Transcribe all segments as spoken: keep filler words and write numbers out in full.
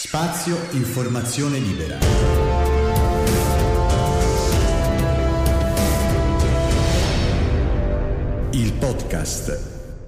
Spazio Informazione Libera. Il podcast.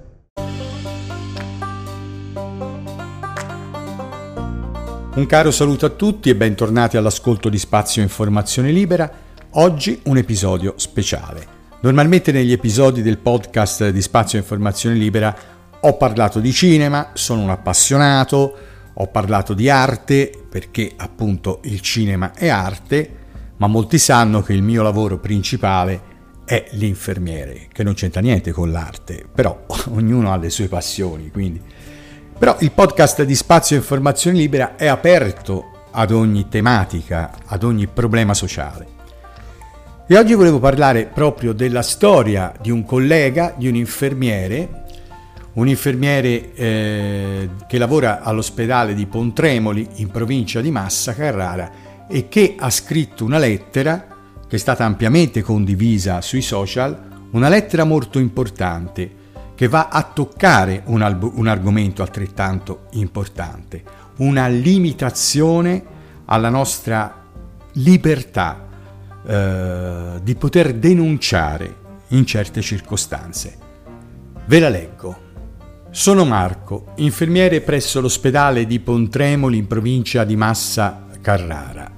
Un caro saluto a tutti e bentornati all'ascolto di Spazio Informazione Libera. Oggi un episodio speciale. Normalmente negli episodi del podcast di Spazio Informazione Libera ho parlato di cinema, sono un appassionato, ho parlato di arte perché appunto il cinema è arte, ma molti sanno che il mio lavoro principale è l'infermiere, che non c'entra niente con l'arte, però ognuno ha le sue passioni, quindi. Però il podcast di Spazio Informazione Libera è aperto ad ogni tematica, ad ogni problema sociale. E oggi volevo parlare proprio della storia di un collega, di un infermiere, un infermiere eh, che lavora all'ospedale di Pontremoli in provincia di Massa Carrara e che ha scritto una lettera che è stata ampiamente condivisa sui social, una lettera molto importante che va a toccare un, alb- un argomento altrettanto importante, una limitazione alla nostra libertà eh, di poter denunciare in certe circostanze. Ve la leggo. Sono Marco, infermiere presso l'ospedale di Pontremoli in provincia di Massa Carrara.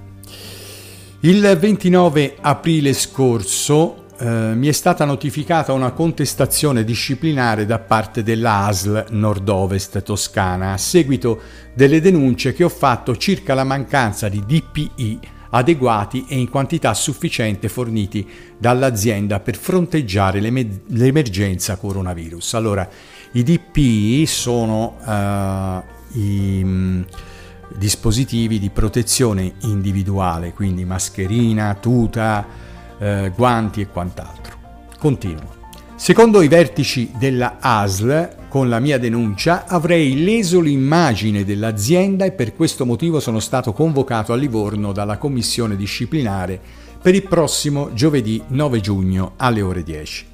Il ventinove aprile scorso eh, mi è stata notificata una contestazione disciplinare da parte dell'A S L Nord-Ovest Toscana a seguito delle denunce che ho fatto circa la mancanza di D P I adeguati e in quantità sufficiente forniti dall'azienda per fronteggiare l'eme- l'emergenza coronavirus. Allora, i D P I sono uh, i mh, dispositivi di protezione individuale, quindi mascherina, tuta, uh, guanti e quant'altro. Continuo. Secondo i vertici della A S L, con la mia denuncia avrei leso l'immagine dell'azienda e per questo motivo sono stato convocato a Livorno dalla commissione disciplinare per il prossimo giovedì nove giugno alle ore dieci.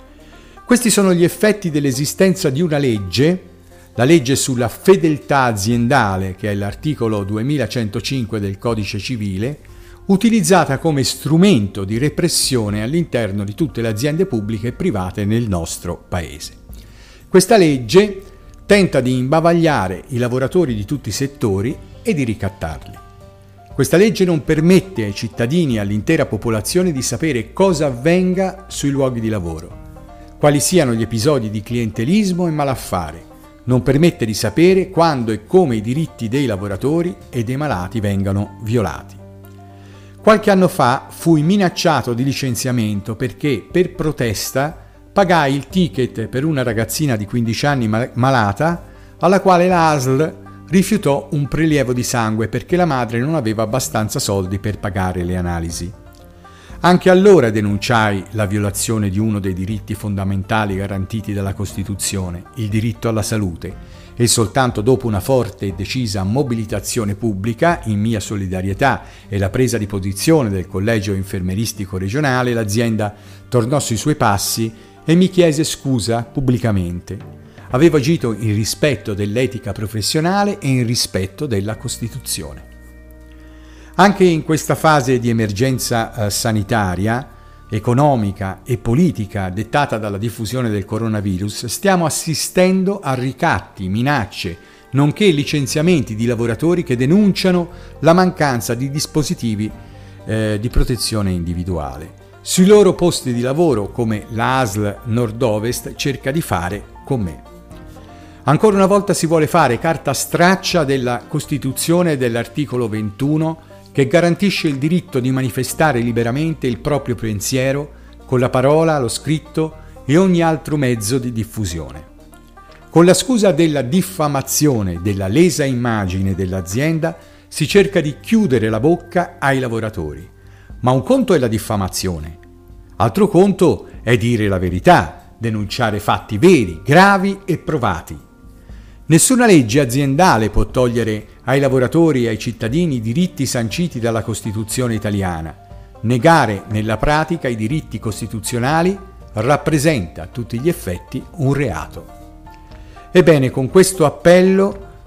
Questi sono gli effetti dell'esistenza di una legge, la legge sulla fedeltà aziendale, che è l'articolo duemilacentocinque del Codice Civile, utilizzata come strumento di repressione all'interno di tutte le aziende pubbliche e private nel nostro Paese. Questa legge tenta di imbavagliare i lavoratori di tutti i settori e di ricattarli. Questa legge non permette ai cittadini e all'intera popolazione di sapere cosa avvenga sui luoghi di lavoro, quali siano gli episodi di clientelismo e malaffare, non permette di sapere quando e come i diritti dei lavoratori e dei malati vengano violati. Qualche anno fa fui minacciato di licenziamento perché per protesta pagai il ticket per una ragazzina di quindici anni malata alla quale la A S L rifiutò un prelievo di sangue perché la madre non aveva abbastanza soldi per pagare le analisi. Anche allora denunciai la violazione di uno dei diritti fondamentali garantiti dalla Costituzione, il diritto alla salute, e soltanto dopo una forte e decisa mobilitazione pubblica, in mia solidarietà e la presa di posizione del Collegio Infermeristico Regionale, l'azienda tornò sui suoi passi e mi chiese scusa pubblicamente. Avevo agito in rispetto dell'etica professionale e in rispetto della Costituzione. Anche in questa fase di emergenza eh, sanitaria, economica e politica dettata dalla diffusione del coronavirus, stiamo assistendo a ricatti, minacce, nonché licenziamenti di lavoratori che denunciano la mancanza di dispositivi eh, di protezione individuale sui loro posti di lavoro, come la A S L Nord-Ovest cerca di fare con me. Ancora una volta si vuole fare carta straccia della Costituzione dell'articolo ventuno che garantisce il diritto di manifestare liberamente il proprio pensiero con la parola, lo scritto e ogni altro mezzo di diffusione. Con la scusa della diffamazione, della lesa immagine dell'azienda, si cerca di chiudere la bocca ai lavoratori. Ma un conto è la diffamazione, altro conto è dire la verità, denunciare fatti veri, gravi e provati. Nessuna legge aziendale può togliere ai lavoratori e ai cittadini i diritti sanciti dalla Costituzione italiana. Negare nella pratica i diritti costituzionali rappresenta a tutti gli effetti un reato. Ebbene, con questo appello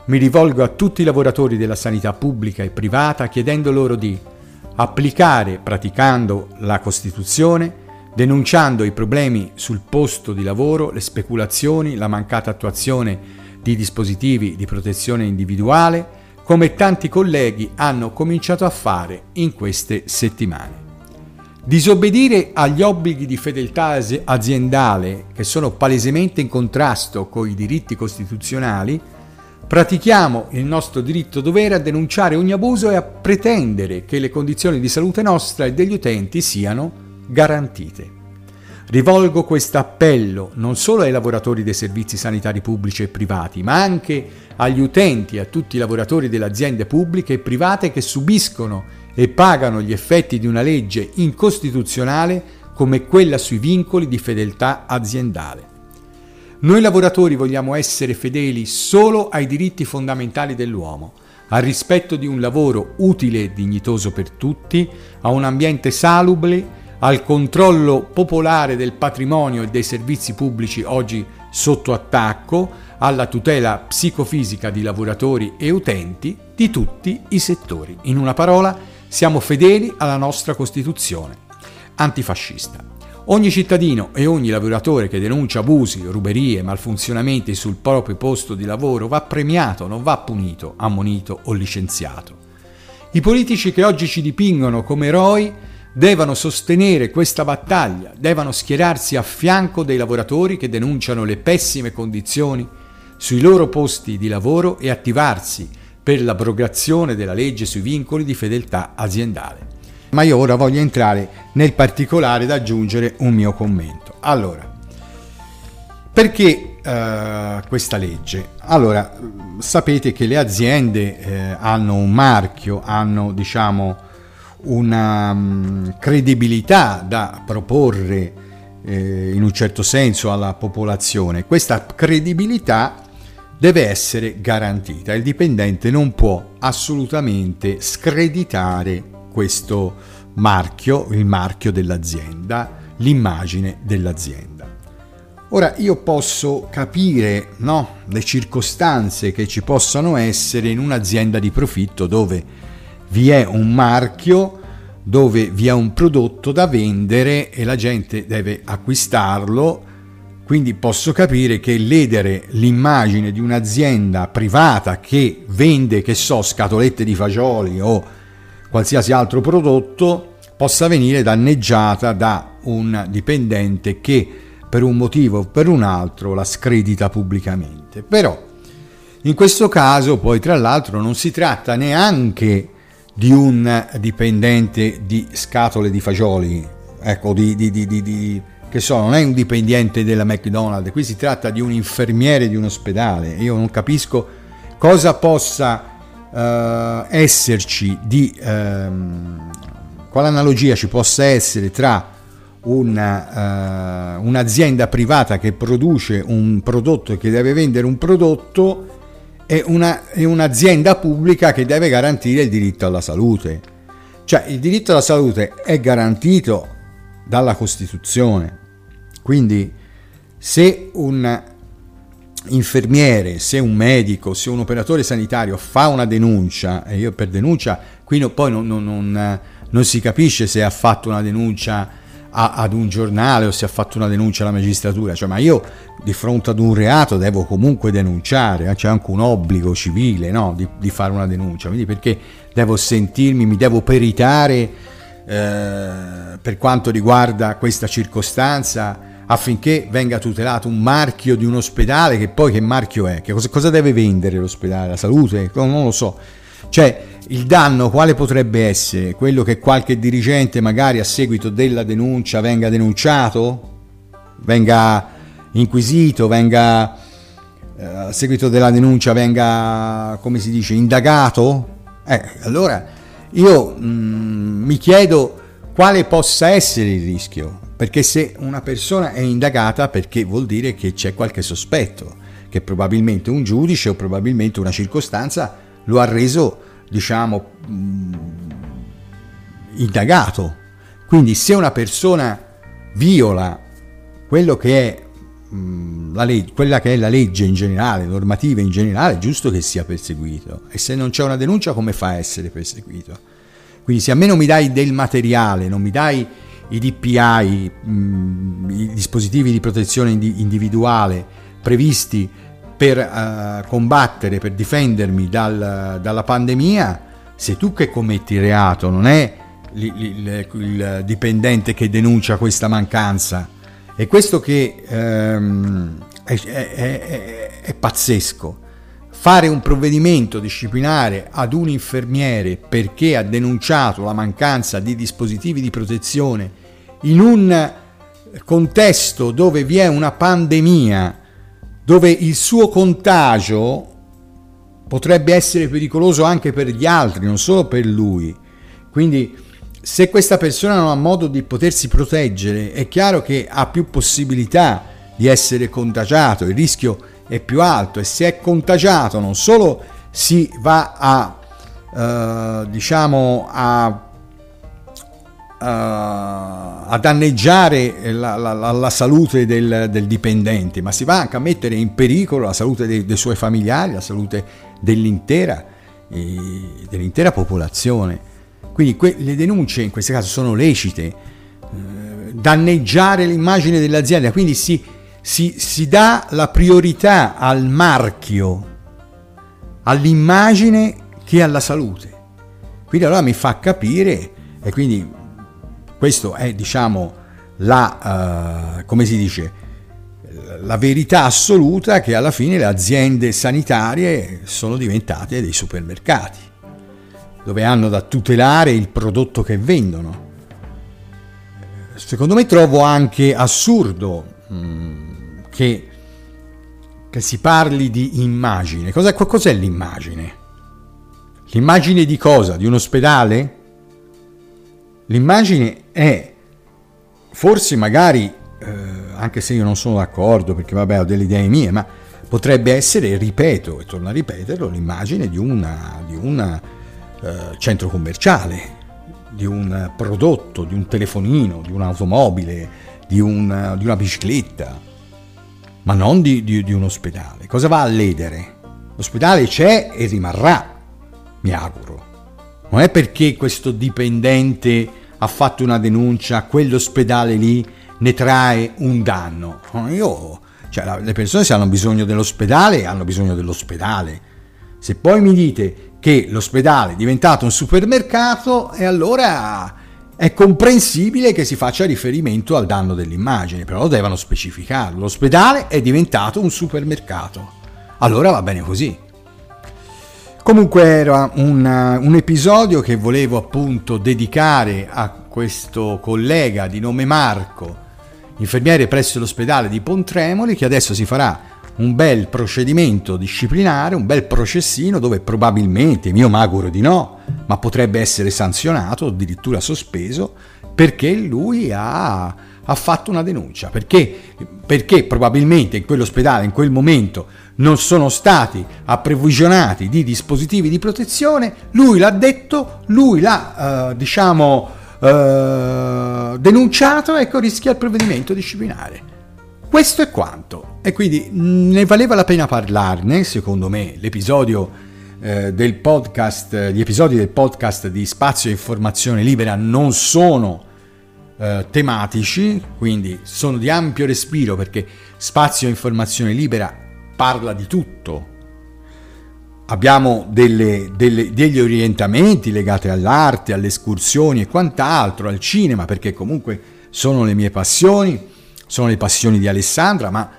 mi rivolgo a tutti i lavoratori della sanità pubblica e privata chiedendo loro di applicare, praticando la Costituzione, denunciando i problemi sul posto di lavoro, le speculazioni, la mancata attuazione di dispositivi di protezione individuale, come tanti colleghi hanno cominciato a fare in queste settimane. Disobbedire agli obblighi di fedeltà aziendale, che sono palesemente in contrasto con i diritti costituzionali, pratichiamo il nostro diritto dovere a denunciare ogni abuso e a pretendere che le condizioni di salute nostra e degli utenti siano garantite. Rivolgo questo appello non solo ai lavoratori dei servizi sanitari pubblici e privati, ma anche agli utenti e a tutti i lavoratori delle aziende pubbliche e private che subiscono e pagano gli effetti di una legge incostituzionale come quella sui vincoli di fedeltà aziendale. Noi lavoratori vogliamo essere fedeli solo ai diritti fondamentali dell'uomo, al rispetto di un lavoro utile e dignitoso per tutti, a un ambiente salubre, al controllo popolare del patrimonio e dei servizi pubblici oggi sotto attacco, alla tutela psicofisica di lavoratori e utenti di tutti i settori. In una parola, siamo fedeli alla nostra Costituzione antifascista. Ogni cittadino e ogni lavoratore che denuncia abusi, ruberie, malfunzionamenti sul proprio posto di lavoro va premiato, non va punito, ammonito o licenziato. I politici che oggi ci dipingono come eroi devono sostenere questa battaglia, devono schierarsi a fianco dei lavoratori che denunciano le pessime condizioni sui loro posti di lavoro e attivarsi per l'abrogazione della legge sui vincoli di fedeltà aziendale. Ma io ora voglio entrare nel particolare ed aggiungere un mio commento. Allora, perché uh, questa legge? Allora, sapete che le aziende eh, hanno un marchio, hanno diciamo una um, credibilità da proporre eh, in un certo senso alla popolazione. Questa credibilità deve essere garantita. Il dipendente non può assolutamente screditare questo marchio, il marchio dell'azienda, l'immagine dell'azienda. Ora io posso capire, no, le circostanze che ci possano essere in un'azienda di profitto dove vi è un marchio, dove vi è un prodotto da vendere e la gente deve acquistarlo. Quindi posso capire che ledere l'immagine di un'azienda privata che vende, che so, scatolette di fagioli o qualsiasi altro prodotto possa venire danneggiata da un dipendente che per un motivo o per un altro la scredita pubblicamente. Però in questo caso poi tra l'altro non si tratta neanche di un dipendente di scatole di fagioli, ecco, di, di, di, di, di che so, non è un dipendente della McDonald's, qui si tratta di un infermiere di un ospedale. Io non capisco cosa possa Uh, esserci di um, quale analogia ci possa essere tra una, uh, un'azienda privata che produce un prodotto e che deve vendere un prodotto e, una, e un'azienda pubblica che deve garantire il diritto alla salute. Cioè il diritto alla salute è garantito dalla Costituzione, quindi se un infermiere, se un medico, se un operatore sanitario fa una denuncia, e io per denuncia qui no, poi non, non, non, non si capisce se ha fatto una denuncia a, ad un giornale o se ha fatto una denuncia alla magistratura, cioè, ma io di fronte ad un reato devo comunque denunciare, c'è anche un obbligo civile, no, di, di fare una denuncia, quindi perché devo sentirmi, mi devo peritare eh, per quanto riguarda questa circostanza affinché venga tutelato un marchio di un ospedale, che poi che marchio è? Che cosa, cosa deve vendere l'ospedale? La salute? Non lo so. Cioè, il danno quale potrebbe essere? Quello che qualche dirigente magari a seguito della denuncia venga denunciato? Venga inquisito? Venga eh, a seguito della denuncia venga, come si dice, indagato? Eh, allora io mh, mi chiedo quale possa essere il rischio. Perché se una persona è indagata, perché vuol dire che c'è qualche sospetto, che probabilmente un giudice o probabilmente una circostanza lo ha reso, diciamo, indagato. Quindi se una persona viola quello che è mh, la legge, quella che è la legge in generale, normativa in generale, è giusto che sia perseguito, e se non c'è una denuncia come fa a essere perseguito? Quindi se a me non mi dai del materiale, non mi dai i D P I, mh, i dispositivi di protezione individuale previsti per uh, combattere, per difendermi dal, dalla pandemia, sei tu che commetti reato, non è il, il, il dipendente che denuncia questa mancanza. E questo che ehm, è, è, è, è pazzesco. Fare un provvedimento disciplinare ad un infermiere perché ha denunciato la mancanza di dispositivi di protezione in un contesto dove vi è una pandemia, dove il suo contagio potrebbe essere pericoloso anche per gli altri, non solo per lui. Quindi se questa persona non ha modo di potersi proteggere, è chiaro che ha più possibilità di essere contagiato, il rischio è più alto, e se è contagiato non solo si va a eh, diciamo a Uh, a danneggiare la, la, la salute del, del dipendente, ma si va anche a mettere in pericolo la salute dei, dei suoi familiari, la salute dell'intera, eh, dell'intera popolazione. Quindi que- le denunce in questo caso sono lecite, eh, danneggiare l'immagine dell'azienda, quindi si, si, si dà la priorità al marchio, all'immagine, che alla salute. Quindi allora mi fa capire, e quindi questo è, diciamo, la, uh, come si dice, la verità assoluta, che alla fine le aziende sanitarie sono diventate dei supermercati, dove hanno da tutelare il prodotto che vendono. Secondo me trovo anche assurdo mh, che, che si parli di immagine. Cosa, cos'è l'immagine? L'immagine di cosa? Di un ospedale? L'immagine è, forse magari, eh, anche se io non sono d'accordo perché vabbè ho delle idee mie, ma potrebbe essere, ripeto e torno a ripeterlo, l'immagine di una, di un eh, centro commerciale, di un prodotto, di un telefonino, di un'automobile, di, un, di una bicicletta, ma non di, di, di un ospedale. Cosa va a ledere? L'ospedale c'è e rimarrà, mi auguro. Non è perché questo dipendente ha fatto una denuncia, quell'ospedale lì ne trae un danno. Io, cioè, le persone, se hanno bisogno dell'ospedale, hanno bisogno dell'ospedale. Se poi mi dite che l'ospedale è diventato un supermercato, e allora è comprensibile che si faccia riferimento al danno dell'immagine, però lo devono specificare. L'ospedale è diventato un supermercato, allora va bene così. Comunque era un, un episodio che volevo appunto dedicare a questo collega di nome Marco, infermiere presso l'ospedale di Pontremoli, che adesso si farà un bel procedimento disciplinare, un bel processino dove probabilmente, io mi auguro di no, ma potrebbe essere sanzionato o addirittura sospeso, perché lui ha, ha fatto una denuncia, perché, perché probabilmente in quell'ospedale, in quel momento, non sono stati approvvigionati di dispositivi di protezione. Lui l'ha detto, lui l'ha eh, diciamo eh, denunciato, ecco, rischia il provvedimento disciplinare. Questo è quanto, e quindi ne valeva la pena parlarne. Secondo me l'episodio eh, del podcast, gli episodi del podcast di Spazio e Informazione Libera non sono eh, tematici, quindi sono di ampio respiro, perché Spazio e Informazione Libera parla di tutto. Abbiamo delle, delle, degli orientamenti legati all'arte, alle escursioni e quant'altro, al cinema, perché comunque sono le mie passioni, sono le passioni di Alessandra, ma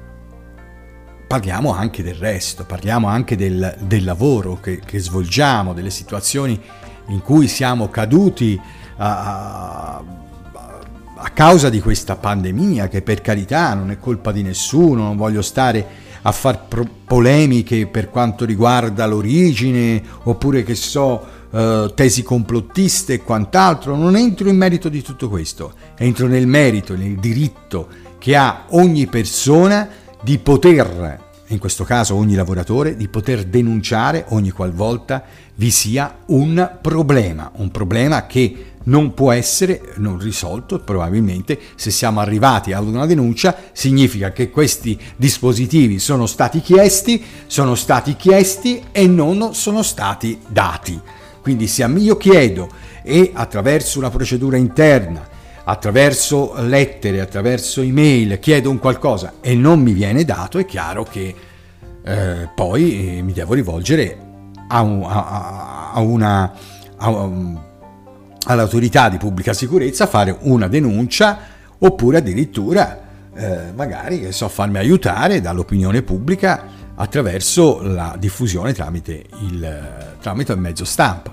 parliamo anche del resto, parliamo anche del, del lavoro che, che svolgiamo, delle situazioni in cui siamo caduti a, a, a causa di questa pandemia, che per carità non è colpa di nessuno, non voglio stare a far pro- polemiche per quanto riguarda l'origine, oppure che so, eh, tesi complottiste e quant'altro. Non entro in merito di tutto questo, entro nel merito, nel diritto che ha ogni persona di poter in questo caso ogni lavoratore, di poter denunciare ogni qualvolta vi sia un problema, un problema che non può essere non risolto. Probabilmente, se siamo arrivati ad una denuncia, significa che questi dispositivi sono stati chiesti, sono stati chiesti e non sono stati dati. Quindi se io chiedo e attraverso una procedura interna, attraverso lettere, attraverso email, chiedo un qualcosa e non mi viene dato, è chiaro che eh, poi mi devo rivolgere a, un, a, a una... A un, all'autorità di pubblica sicurezza, fare una denuncia, oppure addirittura eh, magari che so farmi aiutare dall'opinione pubblica attraverso la diffusione tramite il, tramite il mezzo stampa.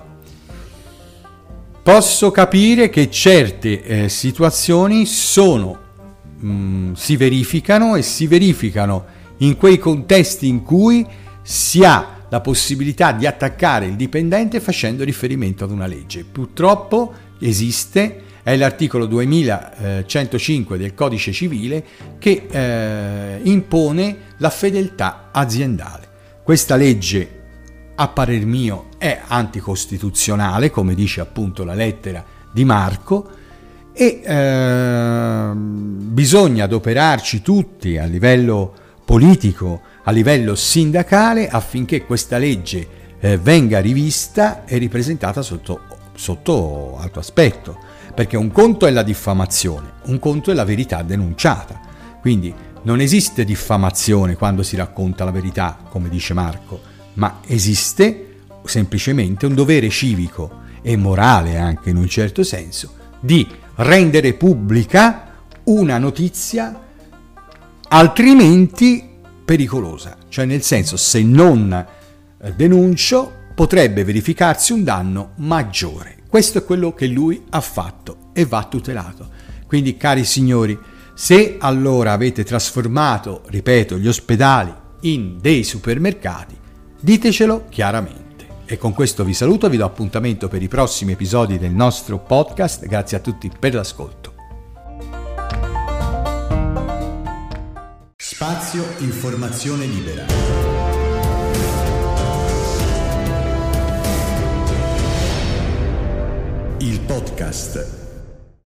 Posso capire che certe eh, situazioni sono mh, si verificano e si verificano in quei contesti in cui si ha la possibilità di attaccare il dipendente facendo riferimento ad una legge. Purtroppo esiste, è l'articolo duemilacentocinque del Codice Civile che eh, impone la fedeltà aziendale. Questa legge, a parer mio, è anticostituzionale, come dice appunto la lettera di Marco, e eh, bisogna adoperarci tutti a livello politico, a livello sindacale, affinché questa legge eh, venga rivista e ripresentata sotto, sotto altro aspetto, perché un conto è la diffamazione, un conto è la verità denunciata. Quindi non esiste diffamazione quando si racconta la verità, come dice Marco, ma esiste semplicemente un dovere civico e morale, anche in un certo senso, di rendere pubblica una notizia altrimenti pericolosa, cioè nel senso, se non denuncio potrebbe verificarsi un danno maggiore. Questo è quello che lui ha fatto e va tutelato. Quindi, cari signori, se allora avete trasformato, ripeto, gli ospedali in dei supermercati, ditecelo chiaramente. E con questo vi saluto, vi do appuntamento per i prossimi episodi del nostro podcast. Grazie a tutti per l'ascolto. Spazio Informazione Libera. Il podcast.